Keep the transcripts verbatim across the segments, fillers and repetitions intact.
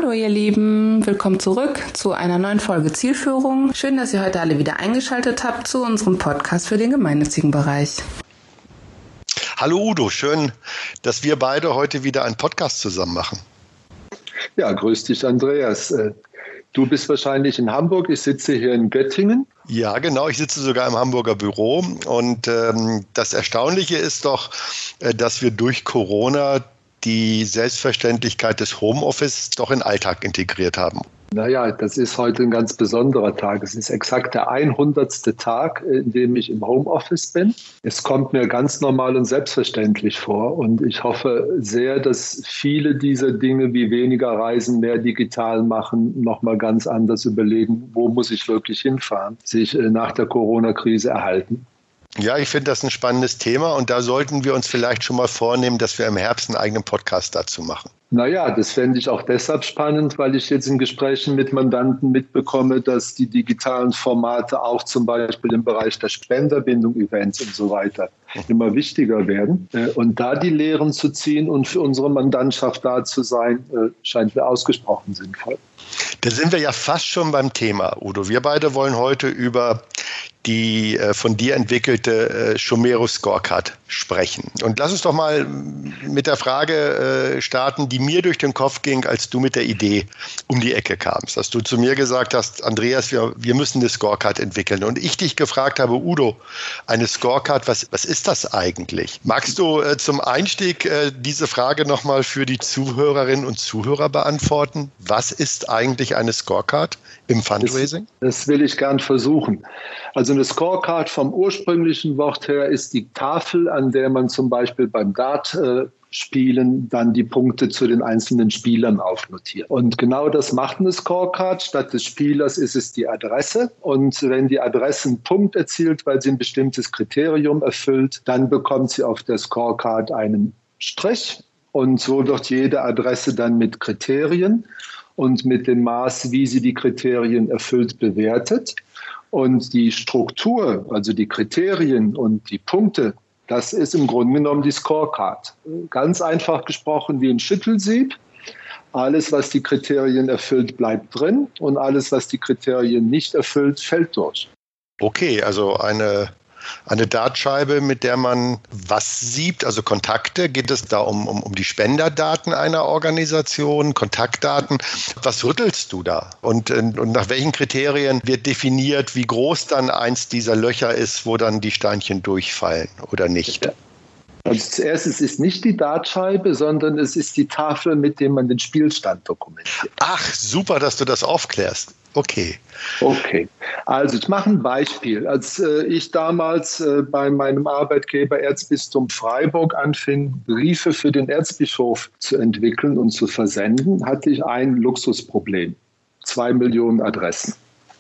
Hallo ihr Lieben, willkommen zurück zu einer neuen Folge Zielführung. Schön, dass ihr heute alle wieder eingeschaltet habt zu unserem Podcast für den gemeinnützigen Bereich. Hallo Udo, schön, dass wir beide heute wieder einen Podcast zusammen machen. Ja, grüß dich Andreas. Du bist wahrscheinlich in Hamburg, ich sitze hier in Göttingen. Ja, genau, ich sitze sogar im Hamburger Büro und ähm, das Erstaunliche ist doch, äh, dass wir durch Corona die Selbstverständlichkeit des Homeoffice doch in den Alltag integriert haben. Naja, das ist heute ein ganz besonderer Tag. Es ist exakt der hundertste Tag, in dem ich im Homeoffice bin. Es kommt mir ganz normal und selbstverständlich vor. Und ich hoffe sehr, dass viele dieser Dinge wie weniger Reisen, mehr digital machen, nochmal ganz anders überlegen, wo muss ich wirklich hinfahren, sich nach der Corona-Krise erhalten. Ja, ich finde das ein spannendes Thema und da sollten wir uns vielleicht schon mal vornehmen, dass wir im Herbst einen eigenen Podcast dazu machen. Naja, das fände ich auch deshalb spannend, weil ich jetzt in Gesprächen mit Mandanten mitbekomme, dass die digitalen Formate auch zum Beispiel im Bereich der Spenderbindung, Events und so weiter immer wichtiger werden. Und da die Lehren zu ziehen und für unsere Mandantschaft da zu sein, scheint mir ausgesprochen sinnvoll. Da sind wir ja fast schon beim Thema, Udo. Wir beide wollen heute über die äh, von dir entwickelte äh, Chomero Scorecard sprechen. Und lass uns doch mal mit der Frage äh, starten, die mir durch den Kopf ging, als du mit der Idee um die Ecke kamst. Dass du zu mir gesagt hast, Andreas, wir, wir müssen eine Scorecard entwickeln. Und ich dich gefragt habe, Udo, eine Scorecard, was, was ist das eigentlich? Magst du äh, zum Einstieg äh, diese Frage nochmal für die Zuhörerinnen und Zuhörer beantworten? Was ist eigentlich eine Scorecard im Fundraising? Das, das will ich gern versuchen. Also eine Scorecard vom ursprünglichen Wort her ist die Tafel, an der man zum Beispiel beim Dart-Spielen dann die Punkte zu den einzelnen Spielern aufnotiert. Und genau das macht eine Scorecard. Statt des Spielers ist es die Adresse. Und wenn die Adresse einen Punkt erzielt, weil sie ein bestimmtes Kriterium erfüllt, dann bekommt sie auf der Scorecard einen Strich. Und so wird jede Adresse dann mit Kriterien und mit dem Maß, wie sie die Kriterien erfüllt, bewertet. Und die Struktur, also die Kriterien und die Punkte, das ist im Grunde genommen die Scorecard. Ganz einfach gesprochen wie ein Schüttelsieb. Alles, was die Kriterien erfüllt, bleibt drin und alles, was die Kriterien nicht erfüllt, fällt durch. Okay, also eine, eine Dartscheibe, mit der man was siebt, also Kontakte. Geht es da um, um, um die Spenderdaten einer Organisation, Kontaktdaten? Was rüttelst du da? Und, und nach welchen Kriterien wird definiert, wie groß dann eins dieser Löcher ist, wo dann die Steinchen durchfallen oder nicht? Ja. Also zuerst, es ist nicht die Dartscheibe, sondern es ist die Tafel, mit der man den Spielstand dokumentiert. Ach, super, dass du das aufklärst. Okay. Okay, also ich mache ein Beispiel. Als äh, ich damals äh, bei meinem Arbeitgeber Erzbistum Freiburg anfing, Briefe für den Erzbischof zu entwickeln und zu versenden, hatte ich ein Luxusproblem. Zwei Millionen Adressen.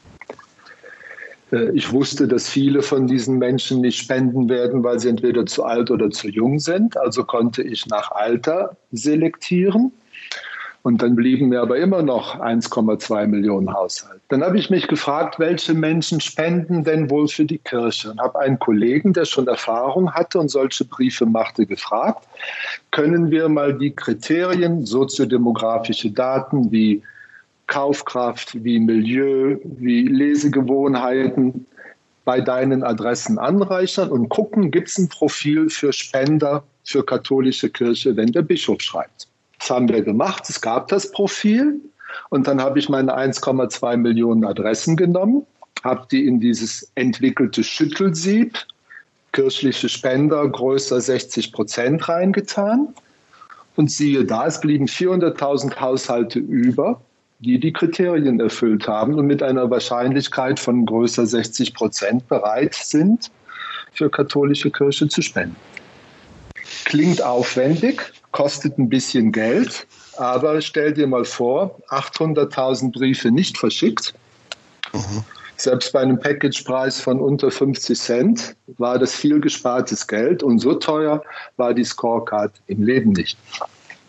Äh, ich wusste, dass viele von diesen Menschen nicht spenden werden, weil sie entweder zu alt oder zu jung sind. Also konnte ich nach Alter selektieren. Und dann blieben mir aber immer noch eins Komma zwei Millionen Haushalte. Dann habe ich mich gefragt, welche Menschen spenden denn wohl für die Kirche? Und habe einen Kollegen, der schon Erfahrung hatte und solche Briefe machte, gefragt, können wir mal die Kriterien, soziodemografische Daten wie Kaufkraft, wie Milieu, wie Lesegewohnheiten bei deinen Adressen anreichern und gucken, gibt es ein Profil für Spender für katholische Kirche, wenn der Bischof schreibt. Das haben wir gemacht, es gab das Profil und dann habe ich meine eins Komma zwei Millionen Adressen genommen, habe die in dieses entwickelte Schüttelsieb, kirchliche Spender größer sechzig Prozent reingetan und siehe da, es blieben vierhunderttausend Haushalte über, die die Kriterien erfüllt haben und mit einer Wahrscheinlichkeit von größer sechzig Prozent bereit sind, für katholische Kirche zu spenden. Klingt aufwendig, kostet ein bisschen Geld, aber stell dir mal vor, achthunderttausend Briefe nicht verschickt. Mhm. Selbst bei einem Packagepreis von unter fünfzig Cent war das viel gespartes Geld und so teuer war die Scorecard im Leben nicht.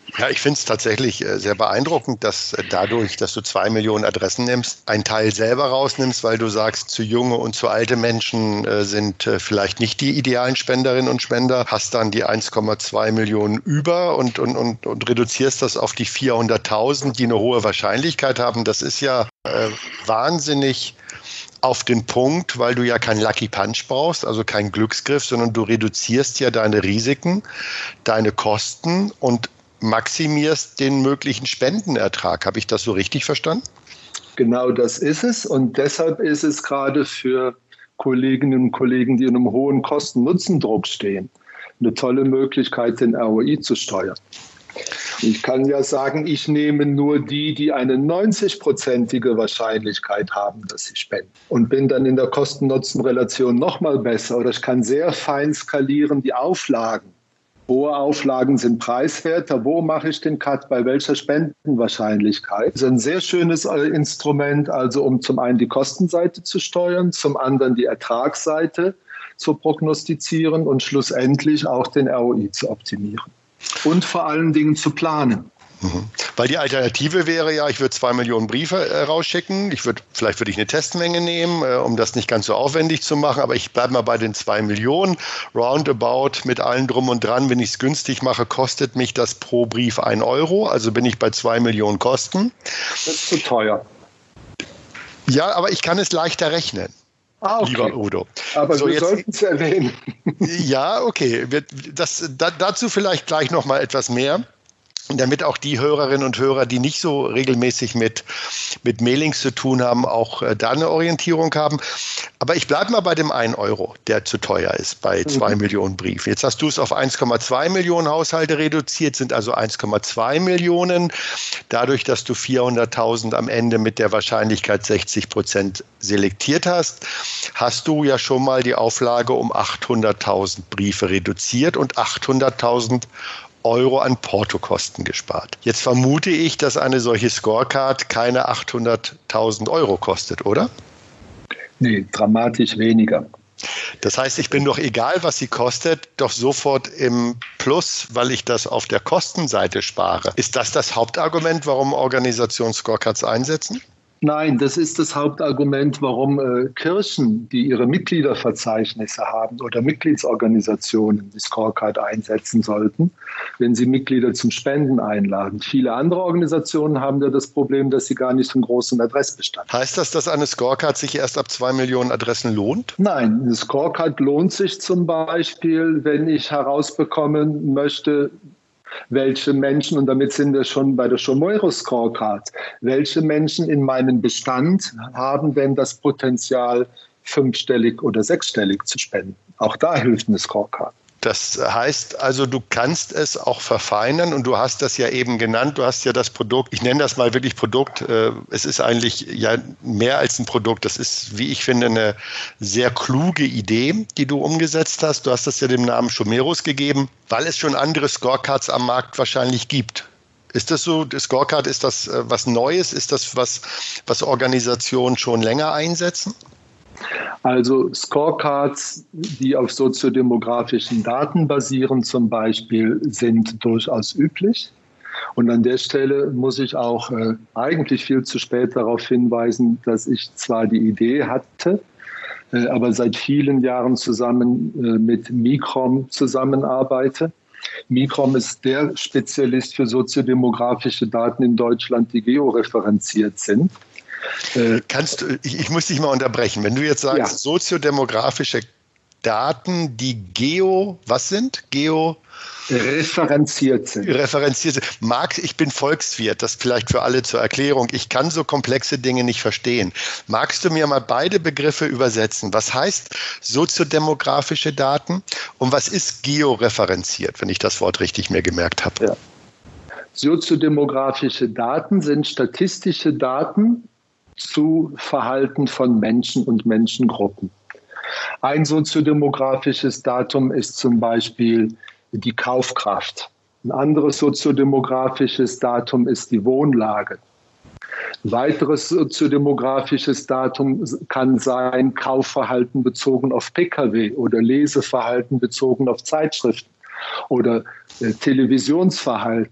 Ja, ich finde es tatsächlich sehr beeindruckend, dass dadurch, dass du zwei Millionen Adressen nimmst, einen Teil selber rausnimmst, weil du sagst, zu junge und zu alte Menschen sind vielleicht nicht die idealen Spenderinnen und Spender, hast dann die eins Komma zwei Millionen über und, und, und, und reduzierst das auf die vierhunderttausend, die eine hohe Wahrscheinlichkeit haben. Das ist ja äh, wahnsinnig auf den Punkt, weil du ja kein Lucky Punch brauchst, also kein Glücksgriff, sondern du reduzierst ja deine Risiken, deine Kosten und maximierst den möglichen Spendenertrag. Habe ich das so richtig verstanden? Genau das ist es. Und deshalb ist es gerade für Kolleginnen und Kollegen, die in einem hohen Kosten-Nutzen-Druck stehen, eine tolle Möglichkeit, den R O I zu steuern. Ich kann ja sagen, ich nehme nur die, die eine neunzig-prozentige Wahrscheinlichkeit haben, dass sie spenden. Und bin dann in der Kosten-Nutzen-Relation noch mal besser. Oder ich kann sehr fein skalieren die Auflagen. Hohe Auflagen sind preiswerter. Wo mache ich den Cut? Bei welcher Spendenwahrscheinlichkeit? Das ist ein sehr schönes Instrument, also um zum einen die Kostenseite zu steuern, zum anderen die Ertragsseite zu prognostizieren und schlussendlich auch den R O I zu optimieren. Und vor allen Dingen zu planen. Mhm. Weil die Alternative wäre ja, ich würde zwei Millionen Briefe äh, rausschicken. Ich würde, vielleicht würde ich eine Testmenge nehmen, äh, um das nicht ganz so aufwendig zu machen. Aber ich bleibe mal bei den zwei Millionen. Roundabout mit allen drum und dran, wenn ich es günstig mache, kostet mich das pro Brief ein Euro. Also bin ich bei zwei Millionen Kosten. Das ist zu teuer. Ja, aber ich kann es leichter rechnen. Ah, okay. Lieber Udo. Aber so, wir sollten es erwähnen. Ja, okay. Das, da, dazu vielleicht gleich noch mal etwas mehr. Damit auch die Hörerinnen und Hörer, die nicht so regelmäßig mit, mit Mailings zu tun haben, auch äh, da eine Orientierung haben. Aber ich bleibe mal bei dem einen Euro, der zu teuer ist, bei zwei mhm. Millionen Briefen. Jetzt hast du es auf eins Komma zwei Millionen Haushalte reduziert, sind also eins Komma zwei Millionen. Dadurch, dass du vierhunderttausend am Ende mit der Wahrscheinlichkeit sechzig Prozent selektiert hast, hast du ja schon mal die Auflage um achthunderttausend Briefe reduziert und achthunderttausend Euro an Portokosten gespart. Jetzt vermute ich, dass eine solche Scorecard keine achthunderttausend Euro kostet, oder? Nee, dramatisch weniger. Das heißt, ich bin doch, egal was sie kostet, doch sofort im Plus, weil ich das auf der Kostenseite spare. Ist das das Hauptargument, warum Organisationen Scorecards einsetzen? Nein, das ist das Hauptargument, warum äh, Kirchen, die ihre Mitgliederverzeichnisse haben oder Mitgliedsorganisationen die Scorecard einsetzen sollten, wenn sie Mitglieder zum Spenden einladen. Viele andere Organisationen haben ja das Problem, dass sie gar nicht so einen großen Adressbestand haben. Heißt das, dass eine Scorecard sich erst ab zwei Millionen Adressen lohnt? Nein, eine Scorecard lohnt sich zum Beispiel, wenn ich herausbekommen möchte, welche Menschen, und damit sind wir schon bei der Shomero Scorecard, welche Menschen in meinem Bestand haben denn das Potenzial, fünfstellig oder sechsstellig zu spenden. Auch da hilft eine Scorecard. Das heißt also, du kannst es auch verfeinern und du hast das ja eben genannt, du hast ja das Produkt, ich nenne das mal wirklich Produkt, es ist eigentlich ja mehr als ein Produkt, das ist, wie ich finde, eine sehr kluge Idee, die du umgesetzt hast. Du hast das ja dem Namen Shomeros gegeben, weil es schon andere Scorecards am Markt wahrscheinlich gibt. Ist das so, die Scorecard, ist das was Neues, ist das was, was Organisationen schon länger einsetzen? Also Scorecards, die auf soziodemografischen Daten basieren zum Beispiel, sind durchaus üblich. Und an der Stelle muss ich auch äh, eigentlich viel zu spät darauf hinweisen, dass ich zwar die Idee hatte, äh, aber seit vielen Jahren zusammen äh, mit Microm zusammenarbeite. Microm ist der Spezialist für soziodemografische Daten in Deutschland, die georeferenziert sind. Äh, Kannst du, ich, ich muss dich mal unterbrechen. Wenn du jetzt sagst, ja. soziodemografische Daten, die geo, was sind? Geo referenziert sind. Referenziert sind. Mag, ich bin Volkswirt, das vielleicht für alle zur Erklärung. Ich kann so komplexe Dinge nicht verstehen. Magst du mir mal beide Begriffe übersetzen? Was heißt soziodemografische Daten und was ist georeferenziert, wenn ich das Wort richtig mir gemerkt habe? Ja. Soziodemografische Daten sind statistische Daten zu Verhalten von Menschen und Menschengruppen. Ein soziodemografisches Datum ist zum Beispiel die Kaufkraft. Ein anderes soziodemografisches Datum ist die Wohnlage. Ein weiteres soziodemografisches Datum kann sein Kaufverhalten bezogen auf Pkw oder Leseverhalten bezogen auf Zeitschriften oder äh, Televisionsverhalten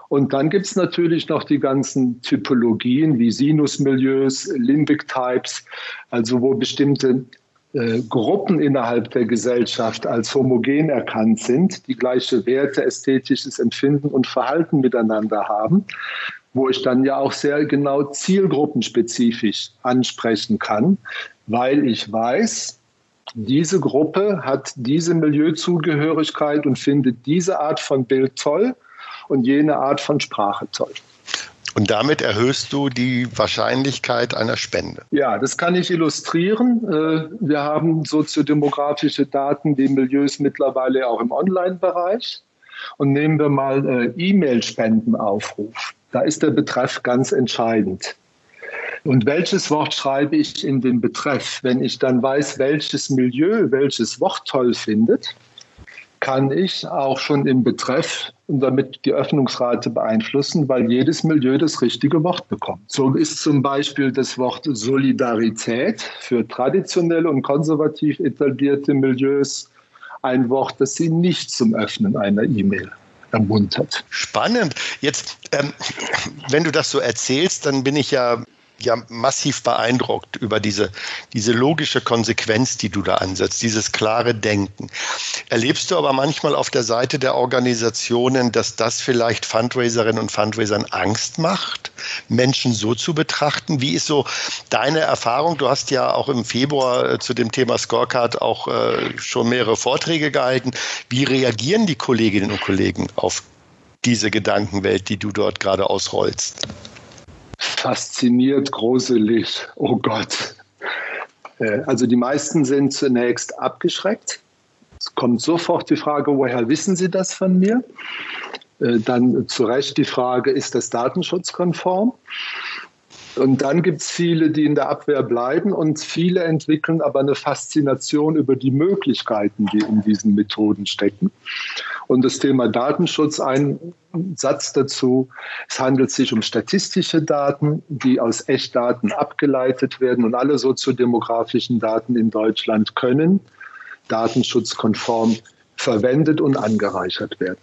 Und dann gibt es natürlich noch die ganzen Typologien wie Sinusmilieus, Limbic Types, also wo bestimmte äh, Gruppen innerhalb der Gesellschaft als homogen erkannt sind, die gleiche Werte, ästhetisches Empfinden und Verhalten miteinander haben, wo ich dann ja auch sehr genau zielgruppenspezifisch ansprechen kann, weil ich weiß, diese Gruppe hat diese Milieuzugehörigkeit und findet diese Art von Bild toll und jene Art von Sprache toll. Und damit erhöhst du die Wahrscheinlichkeit einer Spende. Ja, das kann ich illustrieren. Wir haben soziodemografische Daten, die Milieus mittlerweile auch im Online-Bereich. Und nehmen wir mal E-Mail-Spendenaufruf. Da ist der Betreff ganz entscheidend. Und welches Wort schreibe ich in den Betreff? Wenn ich dann weiß, welches Milieu welches Wort toll findet, kann ich auch schon im Betreff und damit die Öffnungsrate beeinflussen, weil jedes Milieu das richtige Wort bekommt. So ist zum Beispiel das Wort Solidarität für traditionelle und konservativ etablierte Milieus ein Wort, das sie nicht zum Öffnen einer E-Mail ermuntert. Spannend. Jetzt, ähm, wenn du das so erzählst, dann bin ich ja ja massiv beeindruckt über diese, diese logische Konsequenz, die du da ansetzt, dieses klare Denken. Erlebst du aber manchmal auf der Seite der Organisationen, dass das vielleicht Fundraiserinnen und Fundraisern Angst macht, Menschen so zu betrachten? Wie ist so deine Erfahrung? Du hast ja auch im Februar äh, zu dem Thema Scorecard auch äh, schon mehrere Vorträge gehalten. Wie reagieren die Kolleginnen und Kollegen auf diese Gedankenwelt, die du dort gerade ausrollst? Fasziniert, gruselig, oh Gott. Also die meisten sind zunächst abgeschreckt. Es kommt sofort die Frage, woher wissen Sie das von mir? Dann zu Recht die Frage, ist das datenschutzkonform? Und dann gibt es viele, die in der Abwehr bleiben und viele entwickeln aber eine Faszination über die Möglichkeiten, die in diesen Methoden stecken. Und das Thema Datenschutz, ein Satz dazu, es handelt sich um statistische Daten, die aus Echtdaten abgeleitet werden und alle soziodemografischen Daten in Deutschland können datenschutzkonform verwendet und angereichert werden.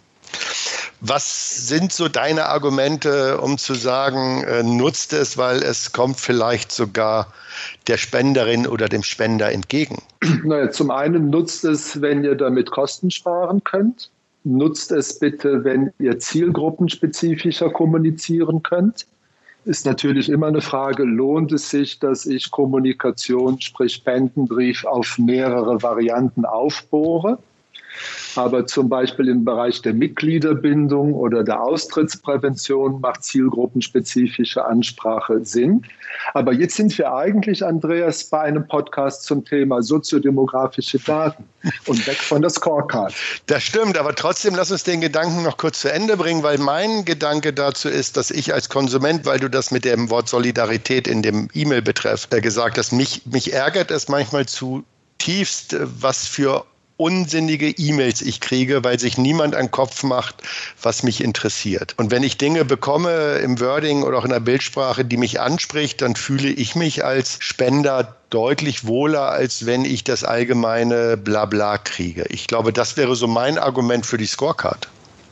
Was sind so deine Argumente, um zu sagen, äh, nutzt es, weil es kommt vielleicht sogar der Spenderin oder dem Spender entgegen? Naja, zum einen nutzt es, wenn ihr damit Kosten sparen könnt. Nutzt es bitte, wenn ihr zielgruppenspezifischer kommunizieren könnt. Ist natürlich immer eine Frage, lohnt es sich, dass ich Kommunikation, sprich Spendenbrief, auf mehrere Varianten aufbohre? Aber zum Beispiel im Bereich der Mitgliederbindung oder der Austrittsprävention macht zielgruppenspezifische Ansprache Sinn. Aber jetzt sind wir eigentlich, Andreas, bei einem Podcast zum Thema soziodemografische Daten und weg von der Scorecard. Das stimmt, aber trotzdem lass uns den Gedanken noch kurz zu Ende bringen, weil mein Gedanke dazu ist, dass ich als Konsument, weil du das mit dem Wort Solidarität in dem E-Mail-Betreff gesagt hast, mich, mich ärgert es manchmal zutiefst, was für unsinnige E-Mails ich kriege, weil sich niemand an den Kopf macht, was mich interessiert. Und wenn ich Dinge bekomme im Wording oder auch in der Bildsprache, die mich anspricht, dann fühle ich mich als Spender deutlich wohler, als wenn ich das allgemeine Blabla kriege. Ich glaube, das wäre so mein Argument für die Scorecard.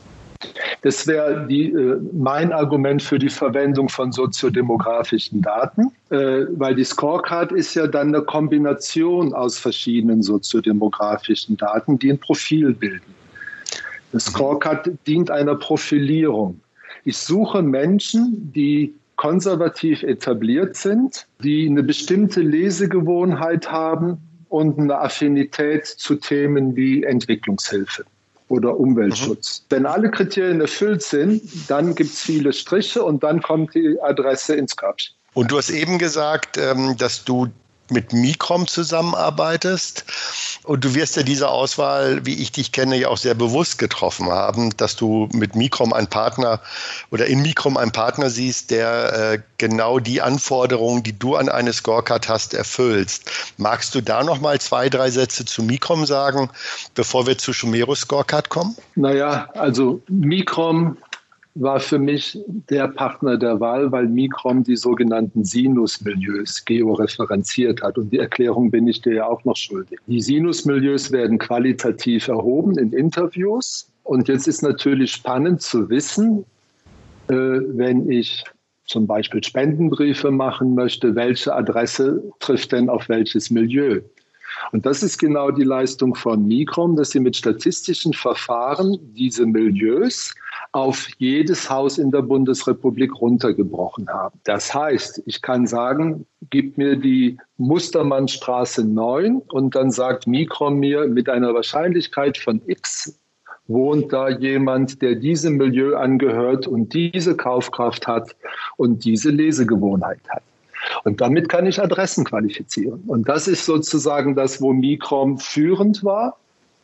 Das wäre die, äh, mein Argument für die Verwendung von soziodemografischen Daten, äh, weil die Scorecard ist ja dann eine Kombination aus verschiedenen soziodemografischen Daten, die ein Profil bilden. Das Scorecard dient einer Profilierung. Ich suche Menschen, die konservativ etabliert sind, die eine bestimmte Lesegewohnheit haben und eine Affinität zu Themen wie Entwicklungshilfe oder Umweltschutz. Mhm. Wenn alle Kriterien erfüllt sind, dann gibt es viele Striche und dann kommt die Adresse ins Körbchen. Und du hast eben gesagt, dass du mit Microm zusammenarbeitest und du wirst ja diese Auswahl, wie ich dich kenne, ja auch sehr bewusst getroffen haben, dass du mit Microm einen Partner oder in Microm einen Partner siehst, der äh, genau die Anforderungen, die du an eine Scorecard hast, erfüllst. Magst du da noch mal zwei, drei Sätze zu Microm sagen, bevor wir zu Shumero Scorecard kommen? Naja, also Microm war für mich der Partner der Wahl, weil Microm die sogenannten Sinusmilieus georeferenziert hat. Und die Erklärung bin ich dir ja auch noch schuldig. Die Sinusmilieus werden qualitativ erhoben in Interviews. Und jetzt ist natürlich spannend zu wissen, äh, wenn ich zum Beispiel Spendenbriefe machen möchte, welche Adresse trifft denn auf welches Milieu? Und das ist genau die Leistung von Microm, dass sie mit statistischen Verfahren diese Milieus auf jedes Haus in der Bundesrepublik runtergebrochen haben. Das heißt, ich kann sagen, gib mir die Mustermannstraße neun und dann sagt Microm mir mit einer Wahrscheinlichkeit von X, wohnt da jemand, der diesem Milieu angehört und diese Kaufkraft hat und diese Lesegewohnheit hat. Und damit kann ich Adressen qualifizieren. Und das ist sozusagen das, wo Microm führend war.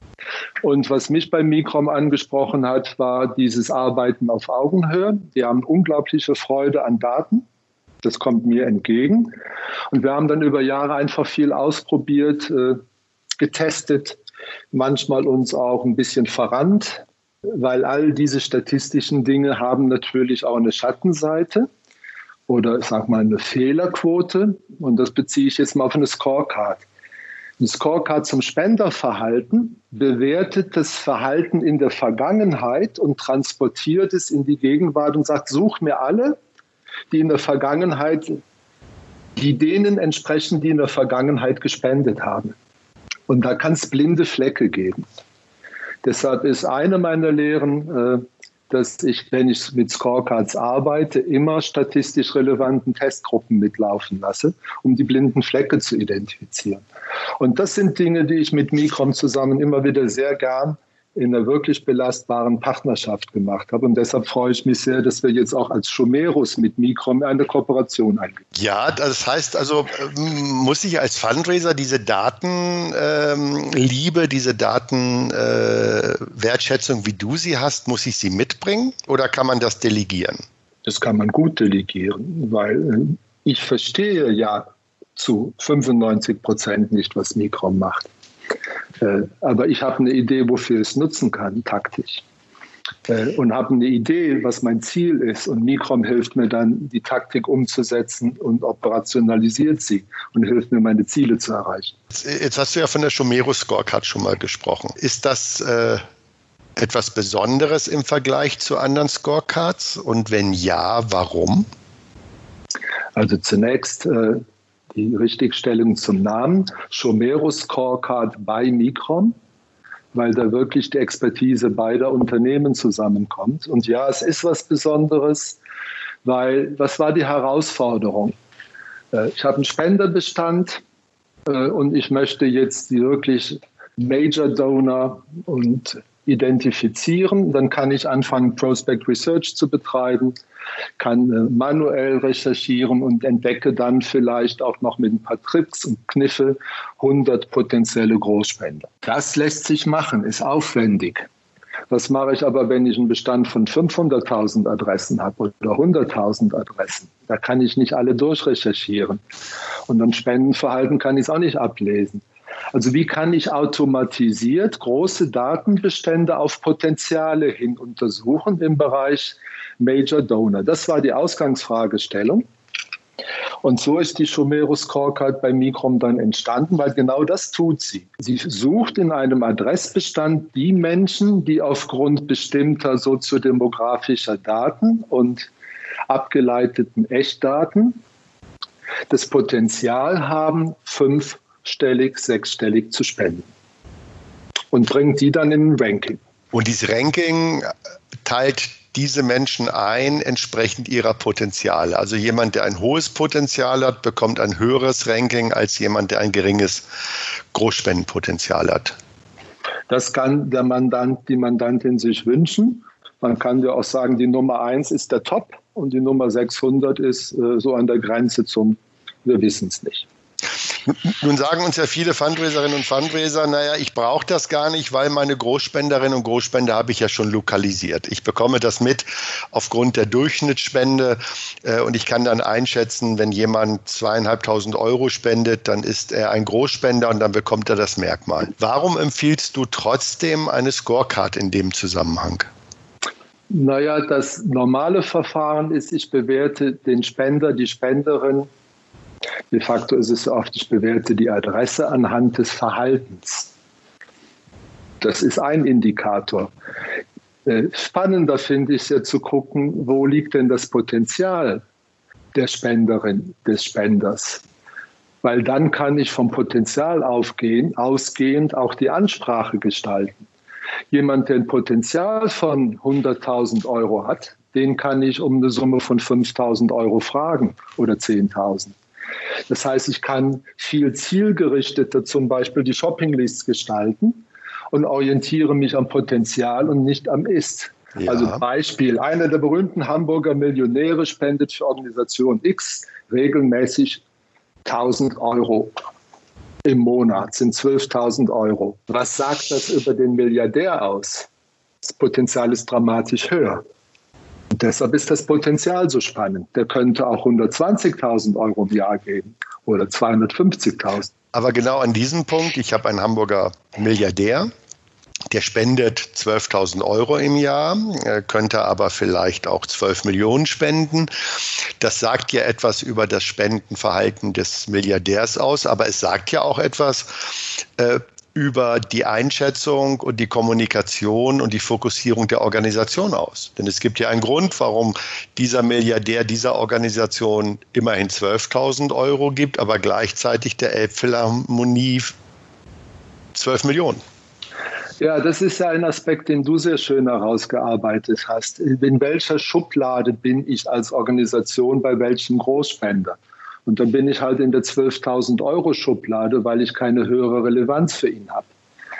Und was mich bei Microm angesprochen hat, war dieses Arbeiten auf Augenhöhe. Die haben unglaubliche Freude an Daten. Das kommt mir entgegen. Und wir haben dann über Jahre einfach viel ausprobiert, äh, getestet, manchmal uns auch ein bisschen verrannt, weil all diese statistischen Dinge haben natürlich auch eine Schattenseite oder ich sag mal eine Fehlerquote. Und das beziehe ich jetzt mal auf eine Scorecard. Eine Scorecard zum Spenderverhalten bewertet das Verhalten in der Vergangenheit und transportiert es in die Gegenwart und sagt, such mir alle, die in der Vergangenheit, die denen entsprechen, die in der Vergangenheit gespendet haben. Und da kann es blinde Flecke geben. Deshalb ist eine meiner Lehren, dass ich, wenn ich mit Scorecards arbeite, immer statistisch relevanten Testgruppen mitlaufen lasse, um die blinden Flecke zu identifizieren. Und das sind Dinge, die ich mit Microm zusammen immer wieder sehr gern in einer wirklich belastbaren Partnerschaft gemacht habe. Und deshalb freue ich mich sehr, dass wir jetzt auch als Schomerus mit Microm eine Kooperation eingehen. Ja, das heißt also, muss ich als Fundraiser diese Datenliebe, ähm, diese Datenwertschätzung, äh, wie du sie hast, muss ich sie mitbringen oder kann man das delegieren? Das kann man gut delegieren, weil äh, ich verstehe ja zu fünfundneunzig Prozent nicht, was Microm macht. Aber ich habe eine Idee, wofür ich es nutzen kann, taktisch. Und habe eine Idee, was mein Ziel ist. Und Microm hilft mir dann, die Taktik umzusetzen und operationalisiert sie und hilft mir, meine Ziele zu erreichen. Jetzt hast du ja von der Schomerus Scorecard schon mal gesprochen. Ist das äh, etwas Besonderes im Vergleich zu anderen Scorecards? Und wenn ja, warum? Also zunächst äh, die Richtigstellung zum Namen, Schomerus Scorecard bei Microm, weil da wirklich die Expertise beider Unternehmen zusammenkommt. Und ja, es ist was Besonderes, weil, was war die Herausforderung? Ich habe einen Spenderbestand und ich möchte jetzt die wirklich Major Donor und identifizieren. Dann kann ich anfangen, Prospect Research zu betreiben, kann äh, manuell recherchieren und entdecke dann vielleicht auch noch mit ein paar Tricks und Kniffe hundert potenzielle Großspender. Das lässt sich machen, ist aufwendig. Was mache ich aber, wenn ich einen Bestand von fünfhunderttausend Adressen habe oder hunderttausend Adressen? Da kann ich nicht alle durchrecherchieren. Und am Spendenverhalten kann ich es auch nicht ablesen. Also wie kann ich automatisiert große Datenbestände auf Potenziale hin untersuchen im Bereich Major Donor? Das war die Ausgangsfragestellung. Und so ist die Schomerus Scorecard bei Microm dann entstanden, weil genau das tut sie. Sie sucht in einem Adressbestand die Menschen, die aufgrund bestimmter soziodemografischer Daten und abgeleiteten Echtdaten das Potenzial haben, fünf stellig, sechsstellig zu spenden und bringt die dann in ein Ranking. Und dieses Ranking teilt diese Menschen ein entsprechend ihrer Potenziale. Also jemand, der ein hohes Potenzial hat, bekommt ein höheres Ranking als jemand, der ein geringes Großspendenpotenzial hat. Das kann der Mandant, die Mandantin sich wünschen. Man kann ja auch sagen, die Nummer eins ist der Top und die Nummer sechshundert ist äh, so an der Grenze zum, wir wissen es nicht. Nun sagen uns ja viele Fundraiserinnen und Fundraiser, naja, ich brauche das gar nicht, weil meine Großspenderinnen und Großspender habe ich ja schon lokalisiert. Ich bekomme das mit aufgrund der Durchschnittsspende äh, und ich kann dann einschätzen, wenn jemand zweieinhalbtausend Euro spendet, dann ist er ein Großspender und dann bekommt er das Merkmal. Warum empfiehlst du trotzdem eine Scorecard in dem Zusammenhang? Naja, das normale Verfahren ist, ich bewerte den Spender, die Spenderin. De facto ist es oft, ich bewerte die Adresse anhand des Verhaltens. Das ist ein Indikator. Spannender finde ich es ja zu gucken, wo liegt denn das Potenzial der Spenderin, des Spenders. Weil dann kann ich vom Potenzial aufgehen, ausgehend auch die Ansprache gestalten. Jemand, der ein Potenzial von hunderttausend Euro hat, den kann ich um eine Summe von fünftausend Euro fragen oder zehntausend. Das heißt, ich kann viel zielgerichteter zum Beispiel die Shoppinglists gestalten und orientiere mich am Potenzial und nicht am Ist. Ja. Also Beispiel, einer der berühmten Hamburger Millionäre spendet für Organisation X regelmäßig tausend Euro im Monat, sind zwölftausend Euro. Was sagt das über den Milliardär aus? Das Potenzial ist dramatisch höher. Und deshalb ist das Potenzial so spannend. Der könnte auch hundertzwanzigtausend Euro im Jahr geben oder zweihundertfünfzigtausend. Aber genau an diesem Punkt, ich habe einen Hamburger Milliardär, der spendet zwölftausend Euro im Jahr, könnte aber vielleicht auch zwölf Millionen spenden. Das sagt ja etwas über das Spendenverhalten des Milliardärs aus, aber es sagt ja auch etwas äh, über die Einschätzung und die Kommunikation und die Fokussierung der Organisation aus. Denn es gibt ja einen Grund, warum dieser Milliardär dieser Organisation immerhin zwölftausend Euro gibt, aber gleichzeitig der Elbphilharmonie zwölf Millionen. Ja, das ist ja ein Aspekt, den du sehr schön herausgearbeitet hast. In welcher Schublade bin ich als Organisation bei welchem Großspender? Und dann bin ich halt in der zwölftausend Euro Schublade, weil ich keine höhere Relevanz für ihn habe.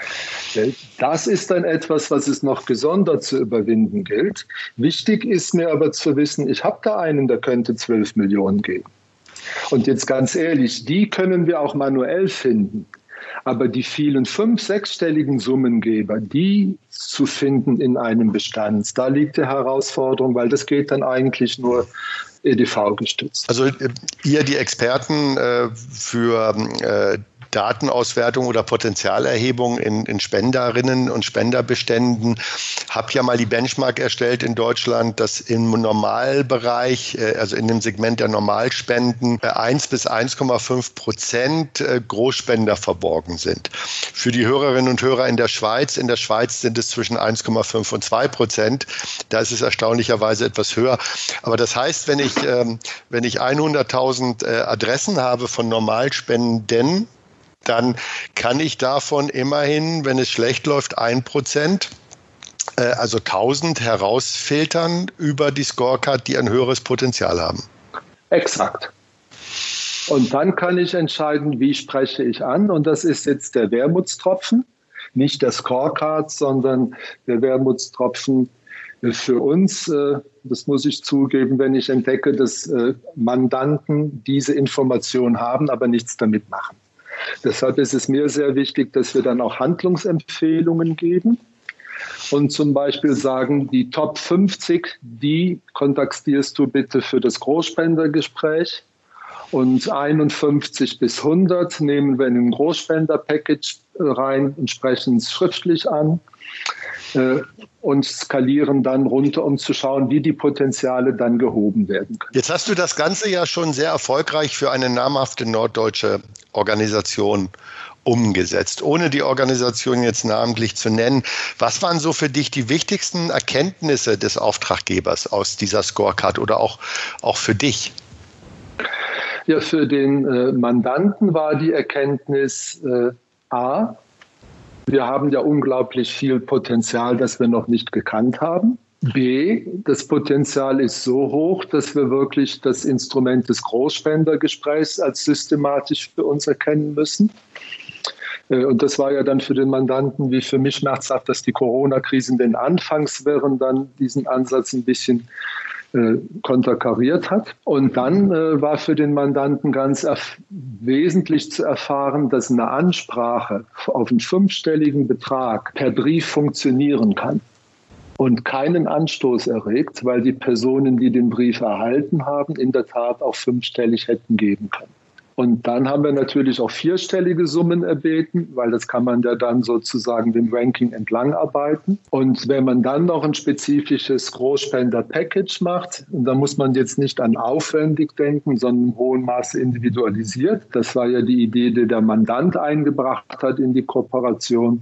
Das ist dann etwas, was es noch gesondert zu überwinden gilt. Wichtig ist mir aber zu wissen, ich habe da einen, der könnte zwölf Millionen geben. Und jetzt ganz ehrlich, die können wir auch manuell finden. Aber die vielen fünf-, sechsstelligen Summengeber, die zu finden in einem Bestand, da liegt die Herausforderung, weil das geht dann eigentlich nur E D V gestützt. Also ihr, die Experten äh, für äh, Datenauswertung oder Potenzialerhebung in, in Spenderinnen und Spenderbeständen, habt ja mal die Benchmark erstellt in Deutschland, dass im Normalbereich, äh, also in dem Segment der Normalspenden, äh, eins bis eins Komma fünf Prozent äh, Großspender verborgen sind. Für die Hörerinnen und Hörer in der Schweiz, in der Schweiz sind es zwischen eins Komma fünf und zwei Prozent. Da ist es erstaunlicherweise etwas höher. Aber das heißt, wenn ich, ähm, wenn ich hunderttausend äh, Adressen habe von Normalspenden, dann kann ich davon immerhin, wenn es schlecht läuft, ein Prozent, äh, also tausend herausfiltern über die Scorecard, die ein höheres Potenzial haben. Exakt. Und dann kann ich entscheiden, wie spreche ich an. Und das ist jetzt der Wermutstropfen, nicht der Scorecard, sondern der Wermutstropfen für uns. Das muss ich zugeben, wenn ich entdecke, dass Mandanten diese Information haben, aber nichts damit machen. Deshalb ist es mir sehr wichtig, dass wir dann auch Handlungsempfehlungen geben und zum Beispiel sagen, die Top fünfzig, die kontaktierst du bitte für das Großspendergespräch und einundfünfzig bis hundert nehmen wir in ein Großspender-Package rein und sprechen es schriftlich an äh, und skalieren dann runter, um zu schauen, wie die Potenziale dann gehoben werden können. Jetzt hast du das Ganze ja schon sehr erfolgreich für eine namhafte norddeutsche Organisation umgesetzt. Ohne die Organisation jetzt namentlich zu nennen, was waren so für dich die wichtigsten Erkenntnisse des Auftraggebers aus dieser Scorecard oder auch, auch für dich? Ja, für den äh, Mandanten war die Erkenntnis äh, A, wir haben ja unglaublich viel Potenzial, das wir noch nicht gekannt haben. B, das Potenzial ist so hoch, dass wir wirklich das Instrument des Großspendergesprächs als systematisch für uns erkennen müssen. Und das war ja dann für den Mandanten wie für mich schmerzhaft, dass die Corona-Krise in den Anfangswirren dann diesen Ansatz ein bisschen äh, konterkariert hat. Und dann äh, war für den Mandanten ganz wesentlich zu erfahren, dass eine Ansprache auf einen fünfstelligen Betrag per Brief funktionieren kann und keinen Anstoß erregt, weil die Personen, die den Brief erhalten haben, in der Tat auch fünfstellig hätten geben können. Und dann haben wir natürlich auch vierstellige Summen erbeten, weil das kann man ja dann sozusagen dem Ranking entlang arbeiten. Und wenn man dann noch ein spezifisches Großspender-Package macht, und da muss man jetzt nicht an aufwendig denken, sondern im hohen Maße individualisiert. Das war ja die Idee, die der Mandant eingebracht hat in die Kooperation.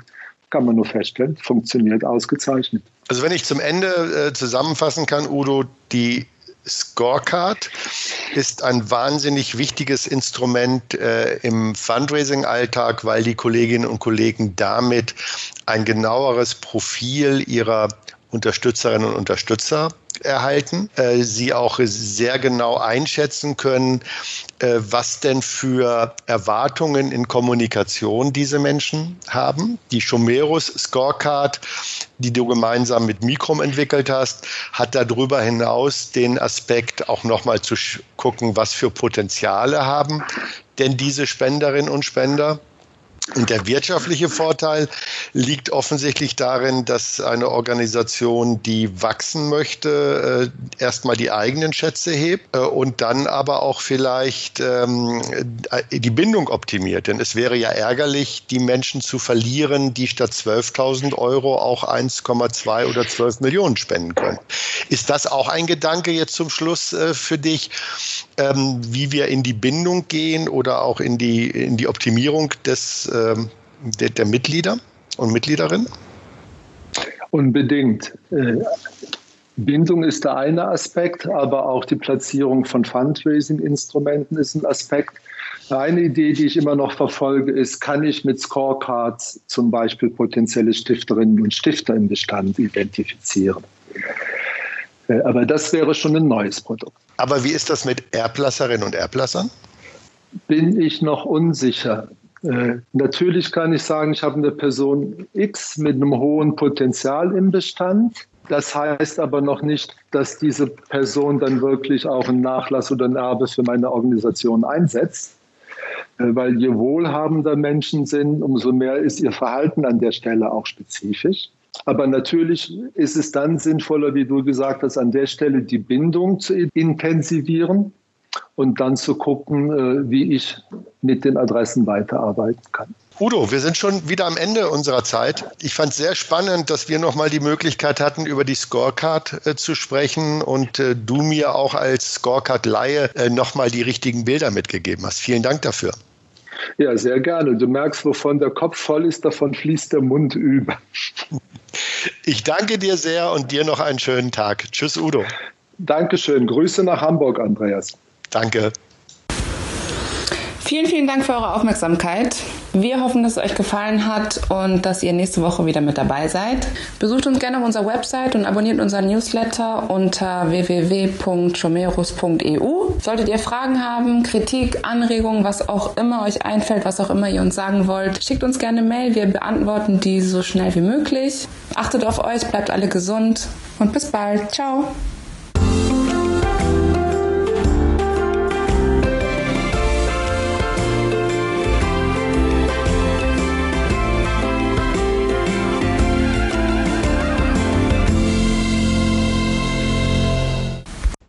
kann man nur feststellen, funktioniert ausgezeichnet. Also wenn ich zum Ende äh, zusammenfassen kann, Udo, die Scorecard ist ein wahnsinnig wichtiges Instrument äh, im Fundraising-Alltag, weil die Kolleginnen und Kollegen damit ein genaueres Profil ihrer Unterstützerinnen und Unterstützer erhalten, äh, sie auch sehr genau einschätzen können, äh, was denn für Erwartungen in Kommunikation diese Menschen haben. Die Schomerus Scorecard, die du gemeinsam mit Microm entwickelt hast, hat darüber hinaus den Aspekt auch nochmal zu gucken, was für Potenziale haben denn diese Spenderinnen und Spender. Und der wirtschaftliche Vorteil liegt offensichtlich darin, dass eine Organisation, die wachsen möchte, äh, erstmal die eigenen Schätze hebt äh, und dann aber auch vielleicht ähm, die Bindung optimiert. Denn es wäre ja ärgerlich, die Menschen zu verlieren, die statt zwölftausend Euro auch eins Komma zwei oder zwölf Millionen spenden können. Ist das auch ein Gedanke jetzt zum Schluss äh, für dich, ähm, wie wir in die Bindung gehen oder auch in die, in die Optimierung des Der, der Mitglieder und Mitgliederinnen? Unbedingt. Bindung ist der eine Aspekt, aber auch die Platzierung von Fundraising-Instrumenten ist ein Aspekt. Eine Idee, die ich immer noch verfolge, ist, kann ich mit Scorecards zum Beispiel potenzielle Stifterinnen und Stifter im Bestand identifizieren? Aber das wäre schon ein neues Produkt. Aber wie ist das mit Erblasserinnen und Erblassern? Bin ich noch unsicher. Äh, natürlich kann ich sagen, ich habe eine Person X mit einem hohen Potenzial im Bestand. Das heißt aber noch nicht, dass diese Person dann wirklich auch einen Nachlass oder ein Erbe für meine Organisation einsetzt. Äh, weil je wohlhabender Menschen sind, umso mehr ist ihr Verhalten an der Stelle auch spezifisch. Aber natürlich ist es dann sinnvoller, wie du gesagt hast, an der Stelle die Bindung zu intensivieren und dann zu gucken, wie ich mit den Adressen weiterarbeiten kann. Udo, wir sind schon wieder am Ende unserer Zeit. Ich fand es sehr spannend, dass wir nochmal die Möglichkeit hatten, über die Scorecard äh, zu sprechen und äh, du mir auch als Scorecard-Laie äh, nochmal die richtigen Bilder mitgegeben hast. Vielen Dank dafür. Ja, sehr gerne. Du merkst, wovon der Kopf voll ist, davon fließt der Mund über. Ich danke dir sehr und dir noch einen schönen Tag. Tschüss, Udo. Dankeschön. Grüße nach Hamburg, Andreas. Danke. Vielen, vielen Dank für eure Aufmerksamkeit. Wir hoffen, dass es euch gefallen hat und dass ihr nächste Woche wieder mit dabei seid. Besucht uns gerne auf unserer Website und abonniert unseren Newsletter unter w w w punkt schomerus punkt e u. Solltet ihr Fragen haben, Kritik, Anregungen, was auch immer euch einfällt, was auch immer ihr uns sagen wollt, schickt uns gerne eine Mail. Wir beantworten die so schnell wie möglich. Achtet auf euch, bleibt alle gesund und bis bald. Ciao.